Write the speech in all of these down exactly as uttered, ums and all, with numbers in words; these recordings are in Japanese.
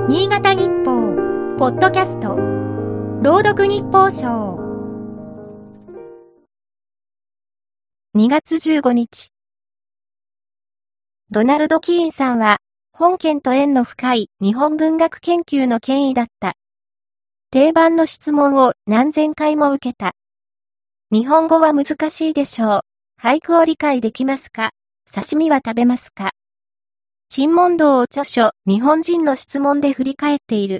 新潟日報、ポッドキャスト、朗読日報賞。 にがつじゅうごにち。ドナルド・キーンさんは、本県と縁の深い日本文学研究の権威だった。定番の質問を何千回も受けた。日本語は難しいでしょう。俳句を理解できますか？刺身は食べますか？陳問答を著書、日本人の質問で振り返っている。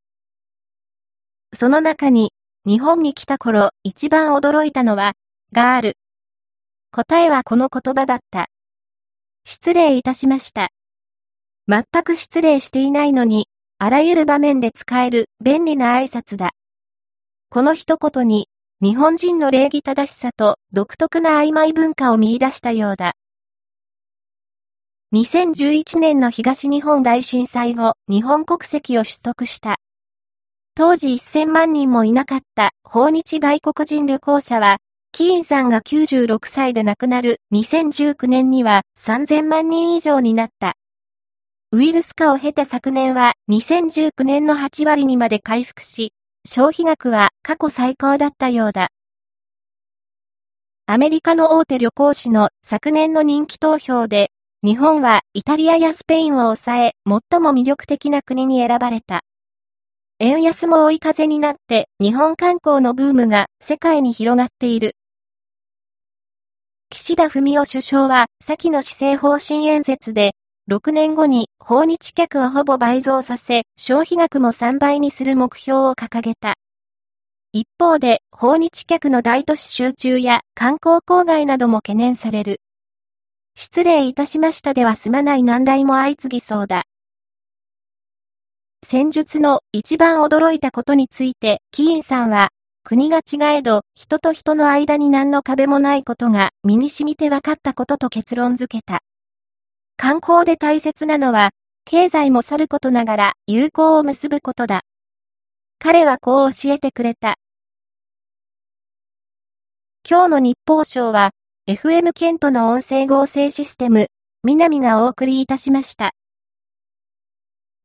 その中に、日本に来た頃、一番驚いたのは、がある。答えはこの言葉だった。失礼いたしました。全く失礼していないのに、あらゆる場面で使える便利な挨拶だ。この一言に、日本人の礼儀正しさと独特な曖昧文化を見出したようだ。にせんじゅういちねんの東日本大震災後、日本国籍を取得した。当時せんまんにんもいなかった訪日外国人旅行者は、キーンさんがきゅうじゅうろくさいで亡くなるにせんじゅうきゅうねんにはさんぜんまんにん以上になった。ウイルス禍を経て昨年はにせんじゅうきゅうねんのはちわりにまで回復し、消費額は過去最高だったようだ。アメリカの大手旅行誌の昨年の人気投票で、日本はイタリアやスペインを抑え、最も魅力的な国に選ばれた。円安も追い風になって、日本観光のブームが世界に広がっている。岸田文雄首相は、先の施政方針演説で、ろくねんごに訪日客をほぼ倍増させ、消費額もさんばいにする目標を掲げた。一方で、訪日客の大都市集中や観光郊外なども懸念される。失礼いたしましたでは済まない難題も相次ぎそうだ。戦術の一番驚いたことについて、キーンさんは、国が違えど、人と人の間に何の壁もないことが身に染みて分かったことと結論付けた。観光で大切なのは、経済もさることながら友好を結ぶことだ。彼はこう教えてくれた。今日の日報賞は、エフエム ケントの音声合成システム、南がお送りいたしました。